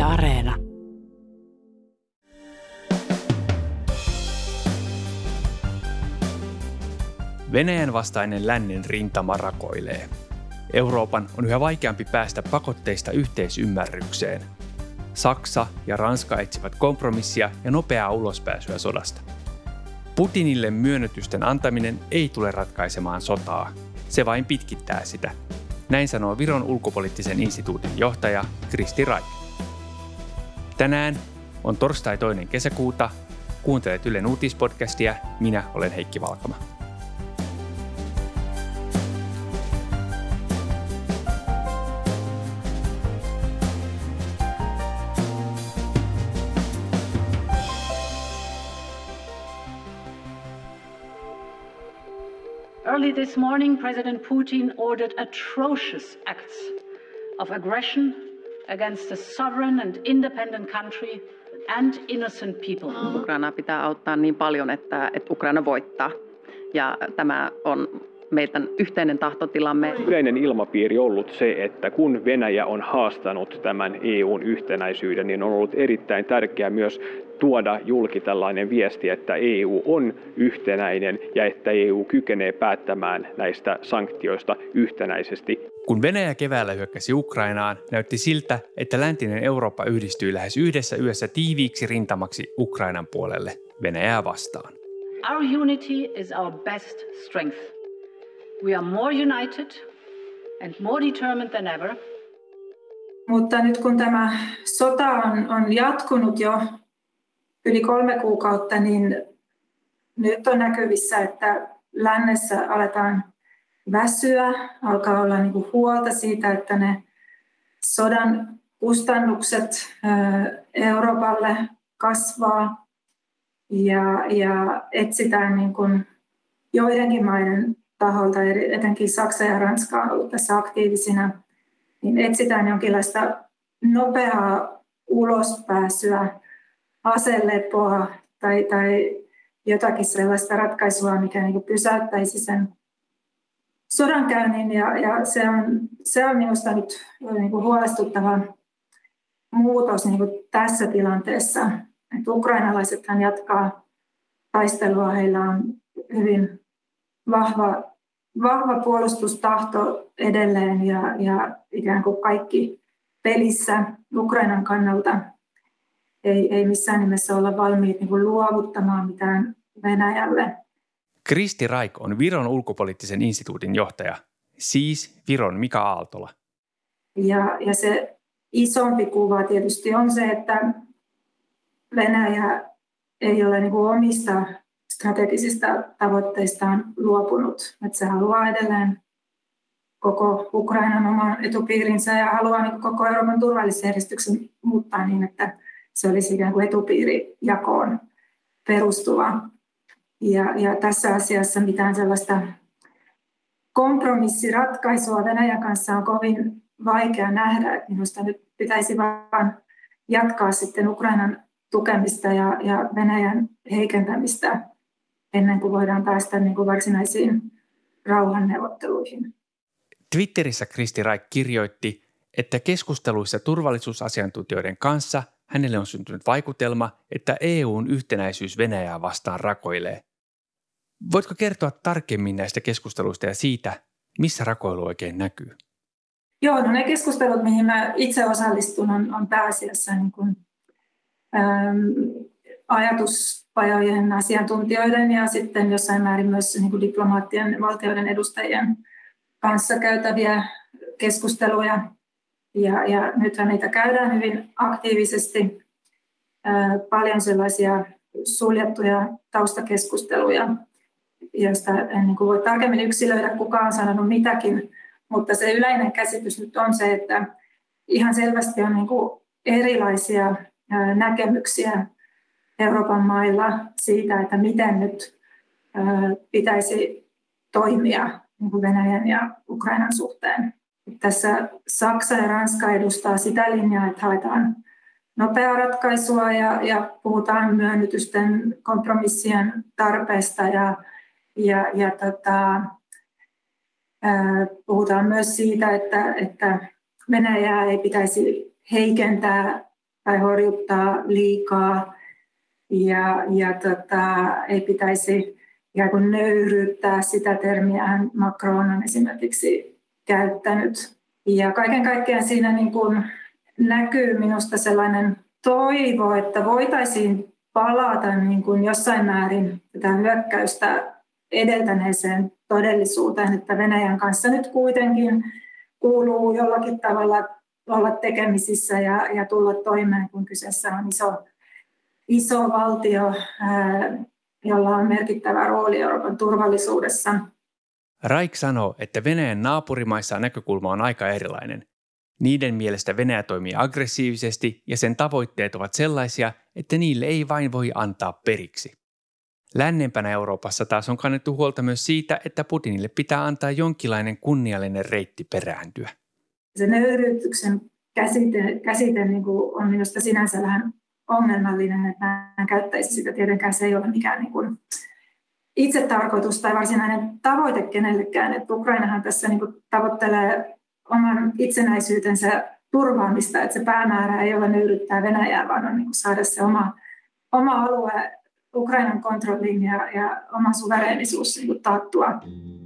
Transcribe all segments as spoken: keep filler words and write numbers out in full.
Areena. Venäjän vastainen lännen rintama rakoilee. Euroopan on yhä vaikeampi päästä pakotteista yhteisymmärrykseen. Saksa ja Ranska etsivät kompromissia ja nopeaa ulospääsyä sodasta. Putinille myönnytysten antaminen ei tule ratkaisemaan sotaa. Se vain pitkittää sitä. Näin sanoo Viron ulkopoliittisen instituutin johtaja Kristi Raik. Tänään on torstai toinen kesäkuuta. Kuuntelet Ylen uutispodcastia. Minä olen Heikki Valkama. Early this morning, President Putin ordered atrocious acts of aggression against a sovereign and independent country and innocent people. Ukrainaa pitää auttaa niin paljon, että, että Ukraina voittaa. Ja tämä on meidän yhteinen tahtotilamme. Yleinen ilmapiiri on ollut se, että kun Venäjä on haastanut tämän E U:n yhtenäisyyden, niin on ollut erittäin tärkeää myös tuoda julki tällainen viesti, että E U on yhtenäinen ja että E U kykenee päättämään näistä sanktioista yhtenäisesti. Kun Venäjä keväällä hyökkäsi Ukrainaan, näytti siltä, että läntinen Eurooppa yhdistyi lähes yhdessä yössä tiiviiksi rintamaksi Ukrainan puolelle Venäjää vastaan. Our unity is our best strength. We are more united and more determined than ever. Mutta nyt kun tämä sota on, on jatkunut jo yli kolme kuukautta, niin nyt on näkyvissä, että lännessä aletaan väsyä, alkaa olla niin kuin huolta siitä, että ne sodan kustannukset Euroopalle kasvaa ja, ja etsitään niin kuin joidenkin maiden taholta, etenkin Saksa ja Ranska on ollut tässä aktiivisina, niin etsitään jonkinlaista nopeaa ulospääsyä, aselepoa tai, tai jotakin sellaista ratkaisua, mikä niin kuin pysäyttäisi sen sodankäynnin. Ja, ja se, on, se on minusta nyt niin kuin huolestuttava muutos niin kuin tässä tilanteessa. Että ukrainalaisethan jatkaa taistelua, heillä on hyvin vahva, vahva puolustustahto edelleen ja, ja ikään kuin kaikki pelissä Ukrainan kannalta. Ei, ei missään nimessä olla valmiit niin kuin luovuttamaan mitään Venäjälle. Kristi Raik on Viron ulkopoliittisen instituutin johtaja, siis Viron Mika Aaltola. Ja, ja se isompi kuva tietysti on se, että Venäjä ei ole niin kuin omista strategisista tavoitteistaan luopunut. Että se haluaa edelleen koko Ukrainan oman etupiirinsä ja haluaa niin koko Euroopan turvallisuusjärjestyksen muuttaa niin, että se olisi ikään kuin etupiirijakoon perustuva. Ja, ja tässä asiassa mitään sellaista kompromissiratkaisua Venäjän kanssa on kovin vaikea nähdä. Minusta nyt pitäisi vain jatkaa sitten Ukrainan tukemista ja, ja Venäjän heikentämistä ennen kuin voidaan päästä niin kuin varsinaisiin rauhanneuvotteluihin. Twitterissä Kristi Raik kirjoitti, että keskusteluissa turvallisuusasiantuntijoiden kanssa hänelle on syntynyt vaikutelma, että E U:n yhtenäisyys Venäjää vastaan rakoilee. Voitko kertoa tarkemmin näistä keskusteluista ja siitä, missä rakoilu oikein näkyy? Joo, no ne keskustelut, mihin mä itse osallistun, on, on pääasiassa niin kuin, äm, ajatuspajojen asiantuntijoiden ja sitten jossain määrin myös niin kuin diplomaattien valtioiden edustajien kanssa käytäviä keskusteluja. Ja, ja nythän niitä käydään hyvin aktiivisesti. Ää, paljon sellaisia suljettuja taustakeskusteluja, joista en niin kuin voi tarkemmin yksilöidä, kuka on sanonut mitäkin. Mutta se yleinen käsitys nyt on se, että ihan selvästi on niin kuin erilaisia ää, näkemyksiä Euroopan mailla siitä, että miten nyt ää, pitäisi toimia niin kuin Venäjän ja Ukrainan suhteen. Tässä Saksa ja Ranska edustaa sitä linjaa, että haetaan nopeaa ratkaisua ja, ja puhutaan myönnytysten kompromissien tarpeesta ja, ja, ja tota, ää, puhutaan myös siitä, että, että Venäjää ei pitäisi heikentää tai horjuttaa liikaa ja, ja tota, ei pitäisi ikään kuin nöyryyttää. Sitä termiä Macron on esimerkiksi käyttänyt. Ja kaiken kaikkiaan siinä niin kuin näkyy minusta sellainen toivo, että voitaisiin palata niin kuin jossain määrin tätä hyökkäystä edeltäneeseen todellisuuteen, että Venäjän kanssa nyt kuitenkin kuuluu jollakin tavalla olla tekemisissä ja, ja tulla toimeen, kun kyseessä on iso, iso valtio, ää, jolla on merkittävä rooli Euroopan turvallisuudessa. Raik sanoo, että Venäjän naapurimaissa näkökulma on aika erilainen. Niiden mielestä Venäjä toimii aggressiivisesti ja sen tavoitteet ovat sellaisia, että niille ei vain voi antaa periksi. Lännempänä Euroopassa taas on kannettu huolta myös siitä, että Putinille pitää antaa jonkinlainen kunniallinen reitti perääntyä. Se nöyryytyksen käsite, käsite niin kuin on minusta sinänsä vähän ongelmallinen, että hän käyttäisi sitä. Tietenkään se ei ole mikään niin kuin itsetarkoitus tai varsinainen tavoite kenellekään. Että Ukrainahan tässä niin kuin tavoittelee oman itsenäisyytensä turvaamista, että se päämäärä ei ole nöyryttää Venäjää, vaan on niin kuin saada se oma, oma alue Ukrainan kontrolliin ja, ja oma suvereenisuus niin kuin taattua.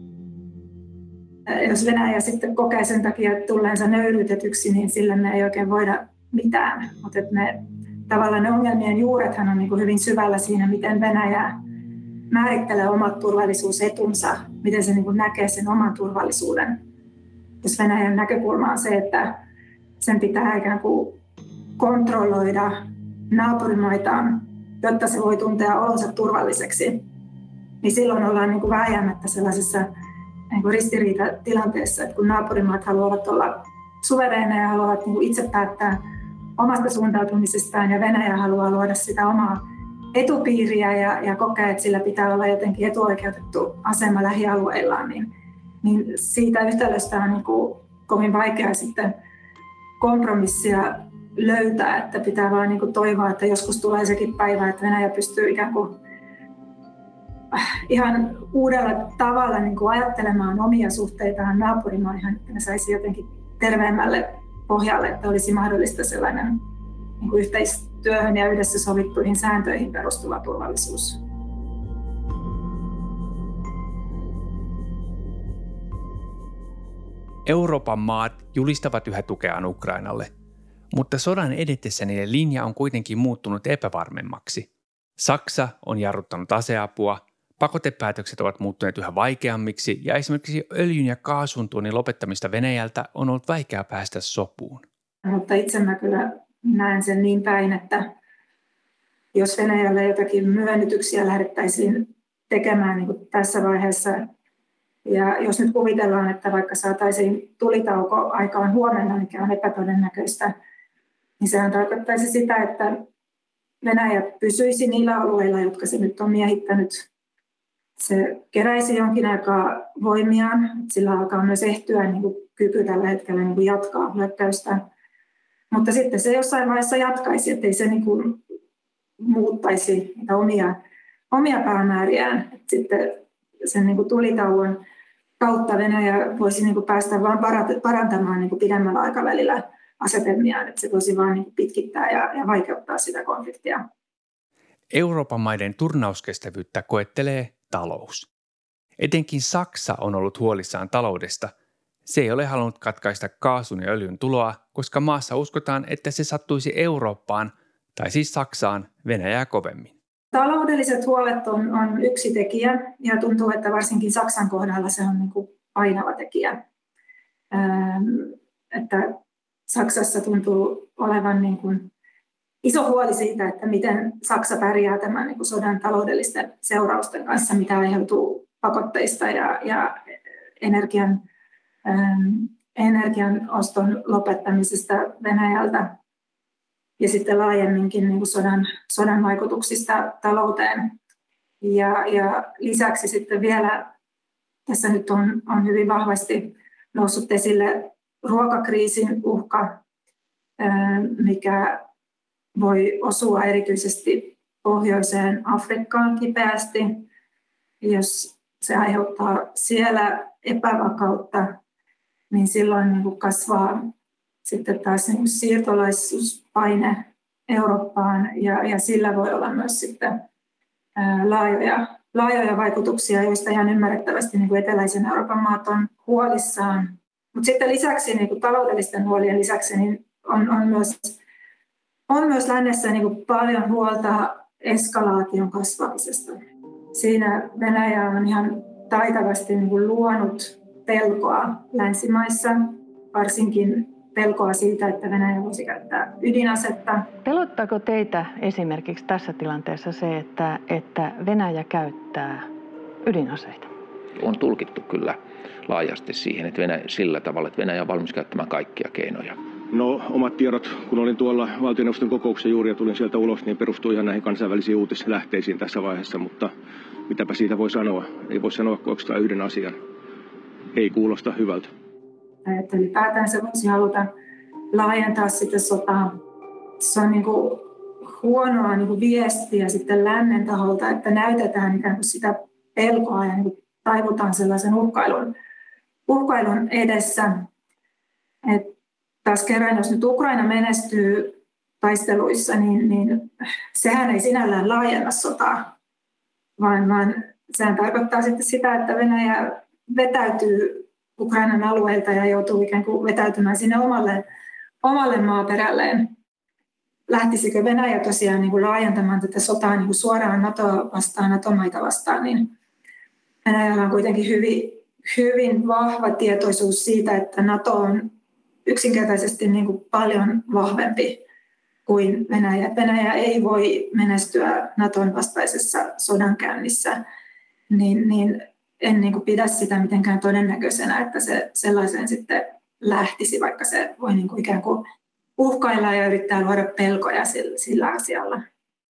Jos Venäjä sitten kokee sen takia, että tulleensa nöyryytetyksi, niin sillä me ei oikein voida mitään. Mutta ne, tavallaan ne ongelmien juurethan on niin kuin hyvin syvällä siinä, miten Venäjä määrittelee omat turvallisuusetunsa, miten se niin kuin näkee sen oman turvallisuuden. Jos Venäjän näkökulma on se, että sen pitää ikään kuin kontrolloida naapurimaitaan, jotta se voi tuntea olonsa turvalliseksi, niin silloin ollaan niin kuin vääjäämättä sellaisessa niin kuin ristiriitatilanteessa, että kun naapurimaat haluavat olla suvereeneja ja haluavat niin kuin itse päättää omasta suuntautumisestaan ja Venäjä haluaa luoda sitä omaa etupiiriä ja, ja kokee, että sillä pitää olla jotenkin etuoikeutettu asema lähialueillaan, niin, niin siitä yhtälöstä on niin kuin kovin vaikea sitten kompromissia löytää, että pitää vaan niin kuin toivoa, että joskus tulee sekin päivä, että Venäjä pystyy ikään kuin ihan uudella tavalla niin kuin ajattelemaan omia suhteitaan naapurimaihin, että ne saisi jotenkin terveemmälle pohjalle, että olisi mahdollista sellainen niin kuin yhteistyöhön ja yhdessä sovittuihin sääntöihin perustuva turvallisuus. Euroopan maat julistavat yhä tukeaan Ukrainalle, mutta sodan edetessä niiden linja on kuitenkin muuttunut epävarmemmaksi. Saksa on jarruttanut aseapua, pakotepäätökset ovat muuttuneet yhä vaikeammiksi ja esimerkiksi öljyn ja kaasun tuonnin lopettamista Venäjältä on ollut vaikea päästä sopuun. Mutta itse mä kyllä näen sen niin päin, että jos Venäjällä jotakin myönnytyksiä lähdettäisiin tekemään niin kuin tässä vaiheessa, ja jos nyt kuvitellaan, että vaikka saataisiin tulitauko aikaan huomenna, mikä on epätodennäköistä, niin sehän tarkoittaisi sitä, että Venäjä pysyisi niillä alueilla, jotka se nyt on miehittänyt. Se keräisi jonkin aikaa voimiaan, sillä alkaa myös ehtyä niin kuin kyky tällä hetkellä niin kuin jatkaa hyökkäystä. Mutta sitten se jossain vaiheessa jatkaisi, ettei se niin kuin muuttaisi niitä omia, omia päämääriään. Sitten sen niin kuin tulitauon kautta Venäjä voisi niin kuin päästä vain parantamaan niin kuin pidemmällä aikavälillä asetelmiaan, että se voisi vain niin kuin pitkittää ja, ja vaikeuttaa sitä konfliktia. Euroopan maiden turnauskestävyyttä koettelee talous. Etenkin Saksa on ollut huolissaan taloudesta. Se ei ole halunnut katkaista kaasun ja öljyn tuloa, koska maassa uskotaan, että se sattuisi Eurooppaan, tai siis Saksaan, Venäjää kovemmin. Taloudelliset huolet on, on yksi tekijä, ja tuntuu, että varsinkin Saksan kohdalla se on niin kuin painava tekijä. Ähm, että Saksassa tuntuu olevan niin kuin iso huoli siitä, että miten Saksa pärjää tämän niin kuin sodan taloudellisten seurausten kanssa, mitä aiheutuu pakotteista ja, ja energian, ähm, energian oston lopettamisesta Venäjältä ja sitten laajemminkin niin kuin sodan, sodan vaikutuksista talouteen. Ja, ja lisäksi sitten vielä tässä nyt on, on hyvin vahvasti noussut esille ruokakriisin uhka, mikä voi osua erityisesti pohjoiseen Afrikkaan kipeästi. Jos se aiheuttaa siellä epävakautta, niin silloin niin kuin kasvaa sitten taas niin kuin siirtolaisuuspaine Eurooppaan ja, ja sillä voi olla myös sitten ää, laajoja, laajoja vaikutuksia, joista ihan ymmärrettävästi niin kuin eteläisen Euroopan maat on huolissaan. Mutta sitten lisäksi niin kuin taloudellisten huolien lisäksi niin on, on, myös, on myös lännessä niin kuin paljon huolta eskalaation kasvamisesta. Siinä Venäjä on ihan taitavasti niin kuin luonut pelkoa länsimaissa, varsinkin pelkoa siitä, että Venäjä voisi käyttää ydinasetta. Pelottaako teitä esimerkiksi tässä tilanteessa se, että, että Venäjä käyttää ydinaseita? On tulkittu kyllä laajasti siihen, että Venäjä, sillä tavalla, että Venäjä on valmis käyttämään kaikkia keinoja. No omat tiedot, kun olin tuolla valtioneuvoston kokouksessa juuri ja tulin sieltä ulos, niin perustui ihan näihin kansainvälisiin uutislähteisiin tässä vaiheessa, mutta mitäpä siitä voi sanoa? Ei voi sanoa kuin yhden asian. Ei kuulosta hyvältä. Että ylipäätään se voisi haluta laajentaa sitä sotaa. Se on niin kuin huonoa niin kuin viestiä sitten lännen taholta, että näytetään ikään kuin sitä pelkoa ja niin kuin taivutaan sellaisen uhkailun, uhkailun edessä. Et taas kerran, jos nyt Ukraina menestyy taisteluissa, niin, niin sehän ei sinällään laajenna sotaa, vaan, vaan sehän tarkoittaa sitten sitä, että Venäjä vetäytyy Ukrainan alueelta ja joutuu ikään kuin vetäytymään sinne omalle, omalle maaperälleen. Lähtisikö Venäjä tosiaan niin kuin laajentamaan tätä sotaa niin kuin suoraan NATOa vastaan, NATO-maita vastaan, niin Venäjällä on kuitenkin hyvin, hyvin vahva tietoisuus siitä, että NATO on yksinkertaisesti niin kuin paljon vahvempi kuin Venäjä. Venäjä ei voi menestyä NATOn vastaisessa sodankäynnissä, niin, niin en niin kuin pidä sitä mitenkään todennäköisenä, että se sellaiseen sitten lähtisi, vaikka se voi niin kuin ikään kuin uhkailla ja yrittää luoda pelkoja sillä, sillä asialla.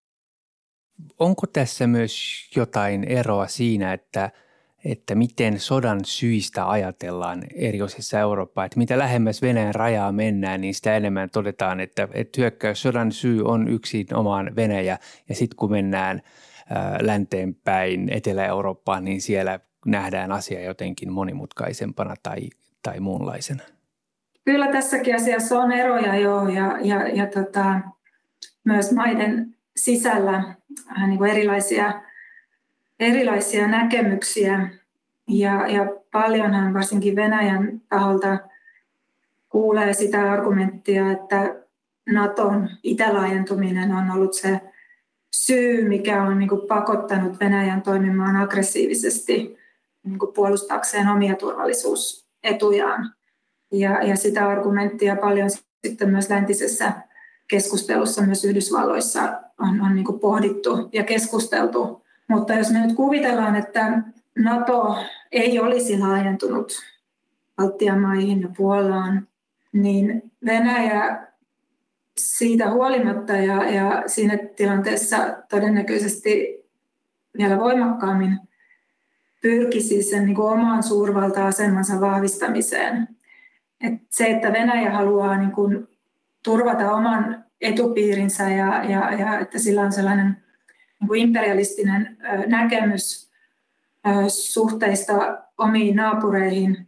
Onko tässä myös jotain eroa siinä, että, että miten sodan syistä ajatellaan eri osissa Eurooppaa? Että mitä lähemmäs Venäjän rajaa mennään, niin sitä enemmän todetaan, että, että hyökkäyssodan syy on yksin omaan Venäjä. Ja sitten kun mennään ää, länteen päin Etelä-Eurooppaan, niin siellä nähdään asia jotenkin monimutkaisempana tai, tai muunlaisena. Kyllä tässäkin asiassa on eroja jo ja, ja, ja tota, myös maiden sisällä niin kuin erilaisia, erilaisia näkemyksiä ja, ja paljonhan varsinkin Venäjän taholta kuulee sitä argumenttia, että NATOn itälaajentuminen on ollut se syy, mikä on niin kuin pakottanut Venäjän toimimaan aggressiivisesti niin kuin puolustaakseen omia turvallisuusetujaan. Ja, ja sitä argumenttia paljon sitten myös läntisessä keskustelussa, myös Yhdysvalloissa on, on niin kuin pohdittu ja keskusteltu. Mutta jos me nyt kuvitellaan, että NATO ei olisi laajentunut Baltian maihin ja Puolaan, niin Venäjä siitä huolimatta ja, ja siinä tilanteessa todennäköisesti vielä voimakkaammin pyrkisi sen niin kuin oman suurvalta-asemansa vahvistamiseen. Et se, että Venäjä haluaa niin kuin turvata oman etupiirinsä ja, ja, ja että sillä on sellainen niin kuin imperialistinen ö, näkemys ö, suhteista omiin naapureihin,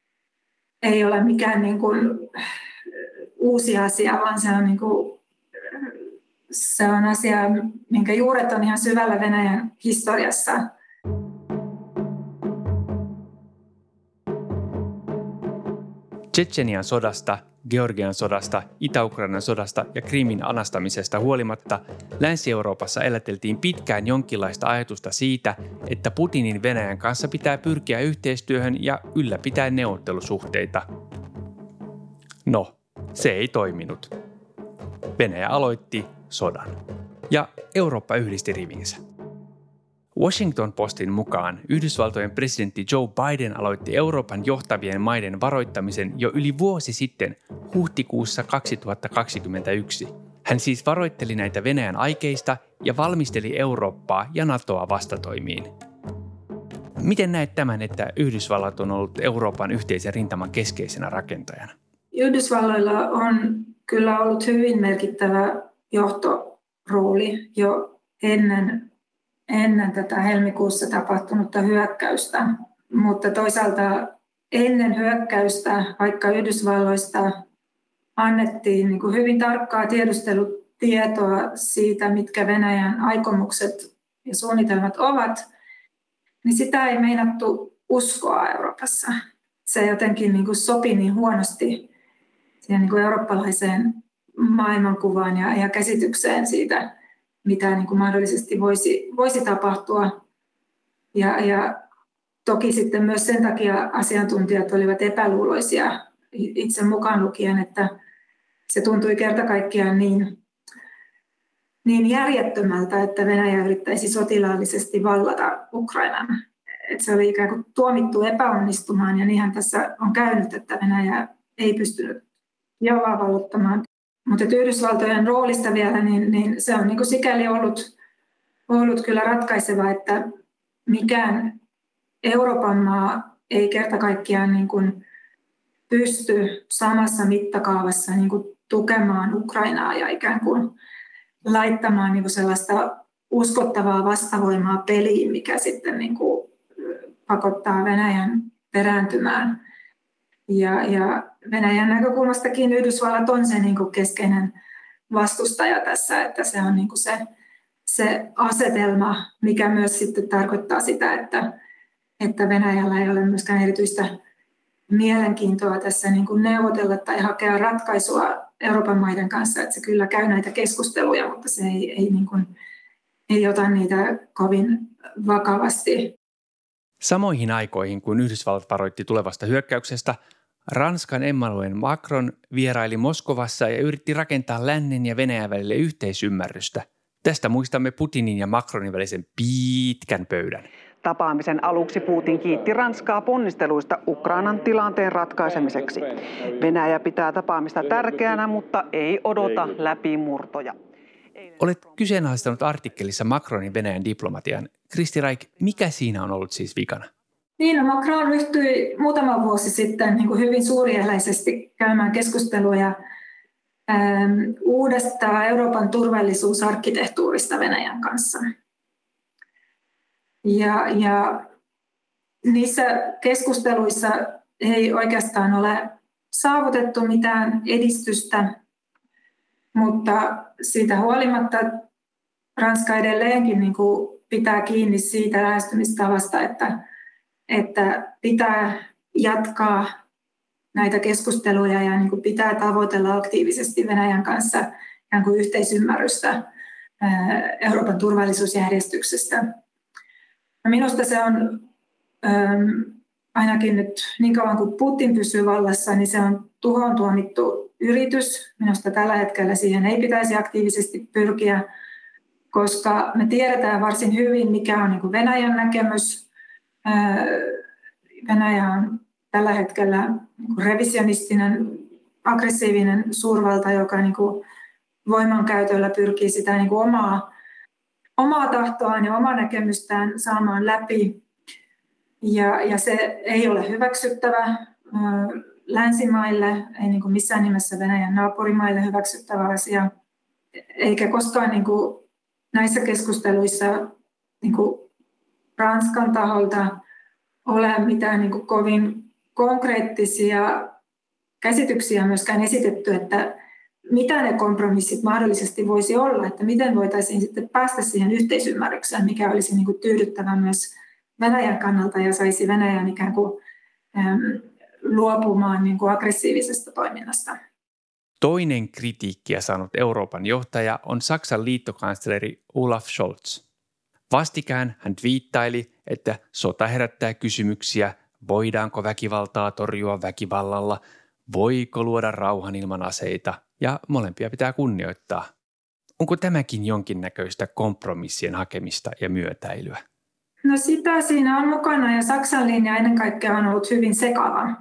ei ole mikään niin kuin uusi asia, vaan se on, niin kuin, se on asia, minkä juuret on ihan syvällä Venäjän historiassa. Tšetšenian sodasta, Georgian sodasta, Itä-Ukrainan sodasta ja Krimin anastamisesta huolimatta Länsi-Euroopassa eläteltiin pitkään jonkinlaista ajatusta siitä, että Putinin Venäjän kanssa pitää pyrkiä yhteistyöhön ja ylläpitää neuvottelusuhteita. No, se ei toiminut. Venäjä aloitti sodan. Ja Eurooppa yhdisti rivinsä. Washington Postin mukaan Yhdysvaltojen presidentti Joe Biden aloitti Euroopan johtavien maiden varoittamisen jo yli vuosi sitten huhtikuussa kaksituhattakaksikymmentäyksi. Hän siis varoitteli näitä Venäjän aikeista ja valmisteli Eurooppaa ja NATOa vastatoimiin. Miten näet tämän, että Yhdysvallat on ollut Euroopan yhteisen rintaman keskeisenä rakentajana? Yhdysvalloilla on kyllä ollut hyvin merkittävä johtorooli jo ennen ennen tätä helmikuussa tapahtunutta hyökkäystä, mutta toisaalta ennen hyökkäystä, vaikka Yhdysvalloista annettiin niin kuin hyvin tarkkaa tiedustelutietoa tietoa siitä, mitkä Venäjän aikomukset ja suunnitelmat ovat, niin sitä ei meinattu uskoa Euroopassa. Se jotenkin niin kuin sopi niin huonosti siihen niin kuin eurooppalaiseen maailmankuvaan ja, ja käsitykseen siitä, mitä niin kuin mahdollisesti voisi, voisi tapahtua. Ja, ja toki sitten myös sen takia asiantuntijat olivat epäluuloisia itse mukaan lukien, että se tuntui kerta kaikkiaan niin, niin järjettömältä, että Venäjä yrittäisi sotilaallisesti vallata Ukrainan. Että se oli ikään kuin tuomittu epäonnistumaan, ja niinhän tässä on käynyt, että Venäjä ei pystynyt Kiovaa valloittamaan. Mutta Yhdysvaltojen roolista vielä, niin, niin se on niin kuin sikäli ollut, ollut kyllä ratkaiseva, että mikään Euroopan maa ei kerta kaikkiaan niin kuin pysty samassa mittakaavassa niin kuin tukemaan Ukrainaa ja ikään kuin laittamaan niin kuin sellaista uskottavaa vastavoimaa peliin, mikä sitten niin kuin pakottaa Venäjän perääntymään. Ja, ja Venäjän näkökulmastakin Yhdysvallat on se niin kuin keskeinen vastustaja tässä, että se on niin kuin se, se asetelma, mikä myös sitten tarkoittaa sitä, että, että Venäjällä ei ole myöskään erityistä mielenkiintoa tässä niin kuin neuvotella tai hakea ratkaisua Euroopan maiden kanssa, että se kyllä käy näitä keskusteluja, mutta se ei, ei, niin kuin, ei ota niitä kovin vakavasti. Samoihin aikoihin, kun Yhdysvallat varoitti tulevasta hyökkäyksestä, Ranskan Emmanuel Macron vieraili Moskovassa ja yritti rakentaa lännen ja Venäjän välille yhteisymmärrystä. Tästä muistamme Putinin ja Macronin välisen pitkän pöydän. Tapaamisen aluksi Putin kiitti Ranskaa ponnisteluista Ukrainan tilanteen ratkaisemiseksi. Venäjä pitää tapaamista tärkeänä, mutta ei odota läpimurtoja. Olet kyseenalaistanut artikkelissa Macronin Venäjän diplomatian. Kristi Raik, mikä siinä on ollut siis vikana? Niin, no Macron ryhtyi muutama vuosi sitten niin kuin hyvin suurieleisesti käymään keskusteluja ähm, uudesta Euroopan turvallisuusarkkitehtuurista Venäjän kanssa. Ja, ja niissä keskusteluissa ei oikeastaan ole saavutettu mitään edistystä, mutta siitä huolimatta Ranska edelleenkin niin kuin pitää kiinni siitä lähestymistavasta, että, että pitää jatkaa näitä keskusteluja ja niin kuin pitää tavoitella aktiivisesti Venäjän kanssa ikään kuin yhteisymmärrystä Euroopan turvallisuusjärjestyksestä. Minusta se on ähm, ainakin nyt niin kauan kuin Putin pysyy vallassa, niin se on tuhoon tuomittu yritys. Minusta tällä hetkellä siihen ei pitäisi aktiivisesti pyrkiä, koska me tiedetään varsin hyvin, mikä on niin kuin Venäjän näkemys. Äh, Venäjä on tällä hetkellä niin kuin revisionistinen, aggressiivinen suurvalta, joka niin kuin voimankäytöllä pyrkii sitä niin kuin omaa omaa tahtoaan ja omaa näkemystään saamaan läpi. Ja, ja se ei ole hyväksyttävä länsimaille, ei niin kuin missään nimessä Venäjän naapurimaille hyväksyttävä asia. Eikä koskaan niin kuin näissä keskusteluissa niin kuin Ranskan taholta ole mitään niin kuin kovin konkreettisia käsityksiä myöskään esitetty, että mitä ne kompromissit mahdollisesti voisi olla, että miten voitaisiin sitten päästä siihen yhteisymmärrykseen, mikä olisi niin kuin tyydyttävä myös Venäjän kannalta ja saisi Venäjän ikään kuin äm, luopumaan niin kuin aggressiivisesta toiminnasta. Toinen kritiikkiä saanut Euroopan johtaja on Saksan liittokansleri Olaf Scholz. Vastikään hän twiittaili, että sota herättää kysymyksiä, voidaanko väkivaltaa torjua väkivallalla, voiko luoda rauhan ilman aseita, ja molempia pitää kunnioittaa. Onko tämäkin jonkinnäköistä kompromissien hakemista ja myötäilyä? No sitä siinä on mukana, ja Saksan linja ennen kaikkea on ollut hyvin sekava.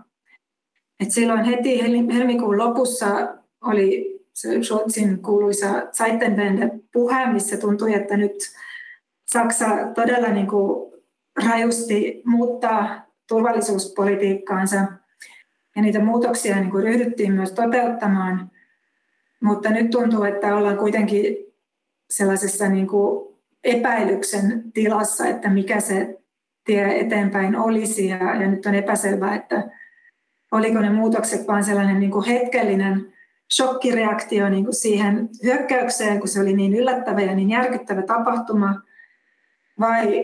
Et silloin heti helmikuun lopussa oli se Scholzin kuuluisa Zeitenwende-puhe, missä tuntui, että nyt Saksa todella niin kuin rajusti muuttaa turvallisuuspolitiikkaansa, ja niitä muutoksia niin kuin ryhdyttiin myös toteuttamaan. Mutta nyt tuntuu, että ollaan kuitenkin sellaisessa niin kuin epäilyksen tilassa, että mikä se tie eteenpäin olisi. Ja, ja nyt on epäselvää, että oliko ne muutokset vain sellainen niin kuin hetkellinen shokkireaktio niin kuin siihen hyökkäykseen, kun se oli niin yllättävä ja niin järkyttävä tapahtuma, vai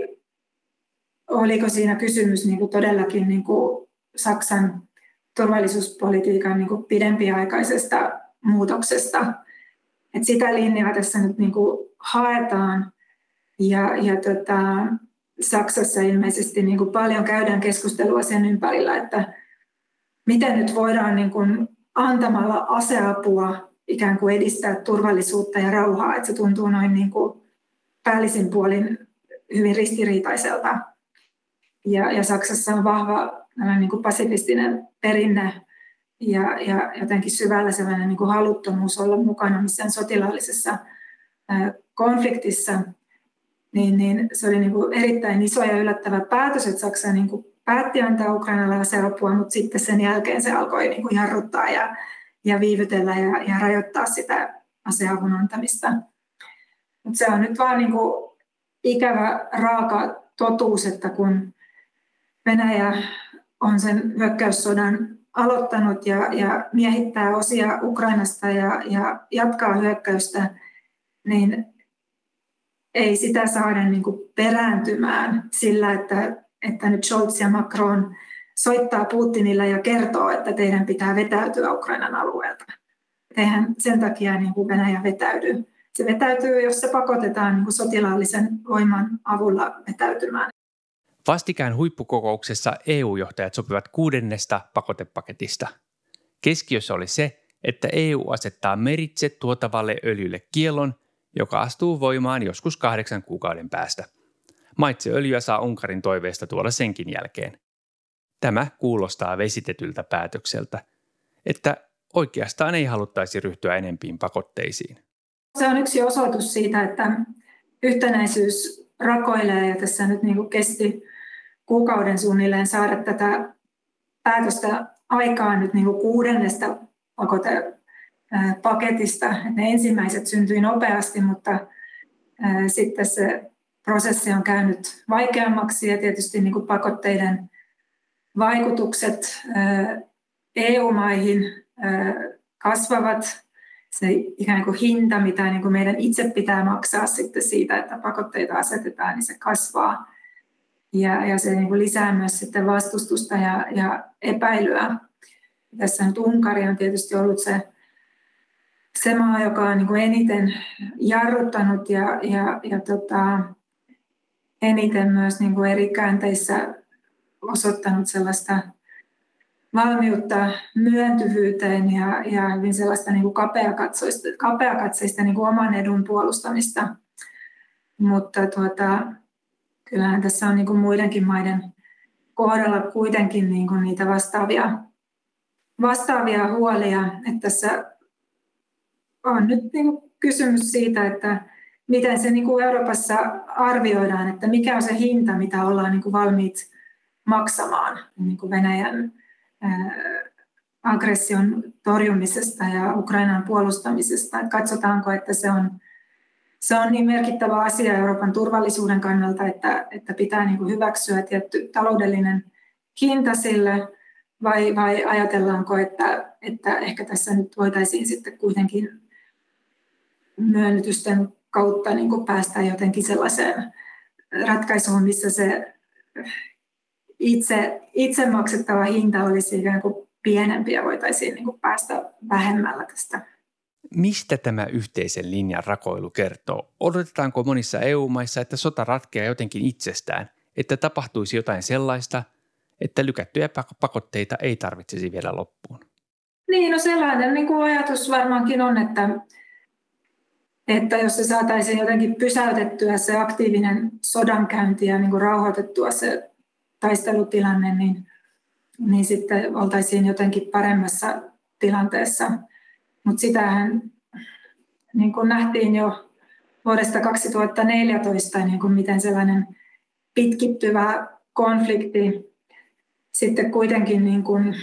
oliko siinä kysymys niin kuin todellakin niin kuin Saksan turvallisuuspolitiikan niin kuin pidempiaikaisesta muutoksesta. Et sitä linjaa tässä nyt niin kuin haetaan ja, ja tota, Saksassa ilmeisesti niin kuin paljon käydään keskustelua sen ympärillä, että miten nyt voidaan niin kuin antamalla aseapua ikään kuin edistää turvallisuutta ja rauhaa, että se tuntuu noin niin kuin päällisin puolin hyvin ristiriitaiselta. Ja, ja Saksassa on vahva niin kuin pasifistinen perinne ja, ja jotenkin syvällä sellainen niin kuin haluttomuus olla mukana missään sotilaallisessa ää, konfliktissa. Niin, niin se oli niin kuin erittäin iso ja yllättävä päätös, että Saksa niin kuin päätti antaa Ukrainalle aseapua, mutta sitten sen jälkeen se alkoi niin kuin jarruttaa ja, ja viivytellä ja, ja rajoittaa sitä aseavun antamista. Mutta se on nyt vaan niin kuin ikävä, raaka totuus, että kun Venäjä on sen hyökkäyssodan aloittanut ja, ja miehittää osia Ukrainasta ja, ja jatkaa hyökkäystä, niin ei sitä saada niin kuin perääntymään sillä, että, että nyt Scholz ja Macron soittaa Putinille ja kertoo, että teidän pitää vetäytyä Ukrainan alueelta. Eihän sen takia niin kuin Venäjä vetäydy. Se vetäytyy, jos se pakotetaan niin kuin sotilaallisen voiman avulla vetäytymään. Vastikään huippukokouksessa E U-johtajat sopivat kuudennesta pakotepaketista. Keskiössä oli se, että E U asettaa meritse tuotavalle öljylle kiellon, joka astuu voimaan joskus kahdeksan kuukauden päästä. Maitseöljyä saa Unkarin toiveesta tuoda senkin jälkeen. Tämä kuulostaa vesitetyltä päätökseltä, että oikeastaan ei haluttaisi ryhtyä enempiin pakotteisiin. Se on yksi osoitus siitä, että yhtenäisyys rakoilee ja tässä nyt niin kuin kesti kuukauden suunnilleen saada tätä päätöstä aikaan nyt niin kuin kuudennesta pakotepaketista. Ne ensimmäiset syntyi nopeasti, mutta sitten se prosessi on käynyt vaikeammaksi ja tietysti niin kuin pakotteiden vaikutukset E U-maihin kasvavat. Se ikään kuin hinta, mitä niin kuin meidän itse pitää maksaa sitten siitä, että pakotteita asetetaan, niin se kasvaa. Ja, ja se niin kuin lisää myös sitten vastustusta ja, ja epäilyä. Tässä nyt Unkari on tietysti ollut se, se maa, joka on niin kuin eniten jarruttanut ja, ja, ja tota, eniten myös niin kuin eri käänteissä osoittanut sellaista valmiutta myöntyvyyteen ja, ja hyvin sellaista niin kuin kapeakatseista, kapeakatseista niin kuin oman edun puolustamista. Mutta tuota, kyllähän tässä on niin kuin muidenkin maiden kohdalla kuitenkin niin kuin niitä vastaavia, vastaavia huolia. Että tässä on nyt niin kuin kysymys siitä, että miten se niin kuin Euroopassa arvioidaan, että mikä on se hinta, mitä ollaan niin kuin valmiit maksamaan niin kuin Venäjän aggression torjumisesta ja Ukrainan puolustamisesta. Että katsotaanko, että se on, se on niin merkittävä asia Euroopan turvallisuuden kannalta, että, että pitää niin kuin hyväksyä tietty taloudellinen hinta sille, vai, vai ajatellaanko, että, että ehkä tässä nyt voitaisiin sitten kuitenkin myönnytysten kautta niin kuin päästä jotenkin sellaiseen ratkaisuun, missä se Itse, itse maksettava hinta olisi ikään kuin pienempi ja voitaisiin niin kuin päästä vähemmällä tästä. Mistä tämä yhteisen linjan rakoilu kertoo? Odotetaanko monissa E U-maissa, että sota ratkeaa jotenkin itsestään, että tapahtuisi jotain sellaista, että lykättyjä pakotteita ei tarvitsisi viedä loppuun? Niin, no sellainen niin kuin ajatus varmaankin on, että, että jos se saataisiin jotenkin pysäytettyä se aktiivinen sodankäynti ja niin kuin rauhoitettua se taistelutilanne, niin, niin sitten oltaisiin jotenkin paremmassa tilanteessa. Mutta sitähän niin kuin nähtiin jo vuodesta kaksituhattaneljätoista, niin kuin miten sellainen pitkittyvä konflikti sitten kuitenkin niin kuin,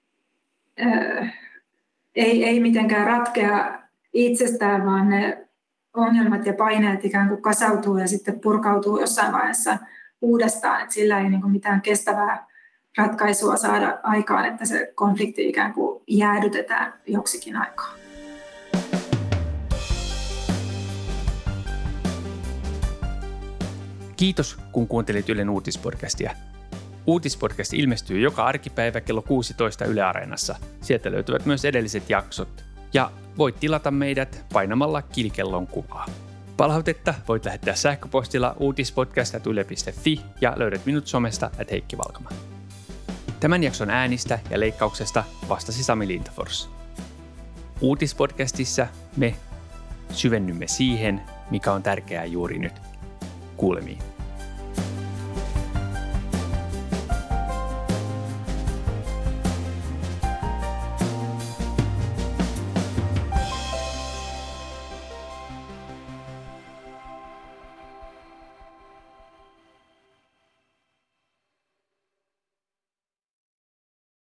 ää, ei, ei mitenkään ratkea itsestään, vaan ne ongelmat ja paineet ikään kuin kasautuu ja sitten purkautuu jossain vaiheessa uudestaan, että sillä ei niin kuin mitään kestävää ratkaisua saada aikaan, että se konflikti ikään kuin jäädytetään joksikin aikaa. Kiitos, kun kuuntelit Ylen uutispodcastia. Uutispodcast ilmestyy joka arkipäivä kello kuusitoista Yle Areenassa. Sieltä löytyvät myös edelliset jaksot. Ja voit tilata meidät painamalla kilikellon kuvaa. Palautetta voit lähettää sähköpostilla uutispodcast ät yle piste fi ja löydät minut somesta at Heikki Valkama. Tämän jakson äänistä ja leikkauksesta vastasi Sami Lintafors. Uutispodcastissa me syvennymme siihen, mikä on tärkeää juuri nyt. Kuulemiin.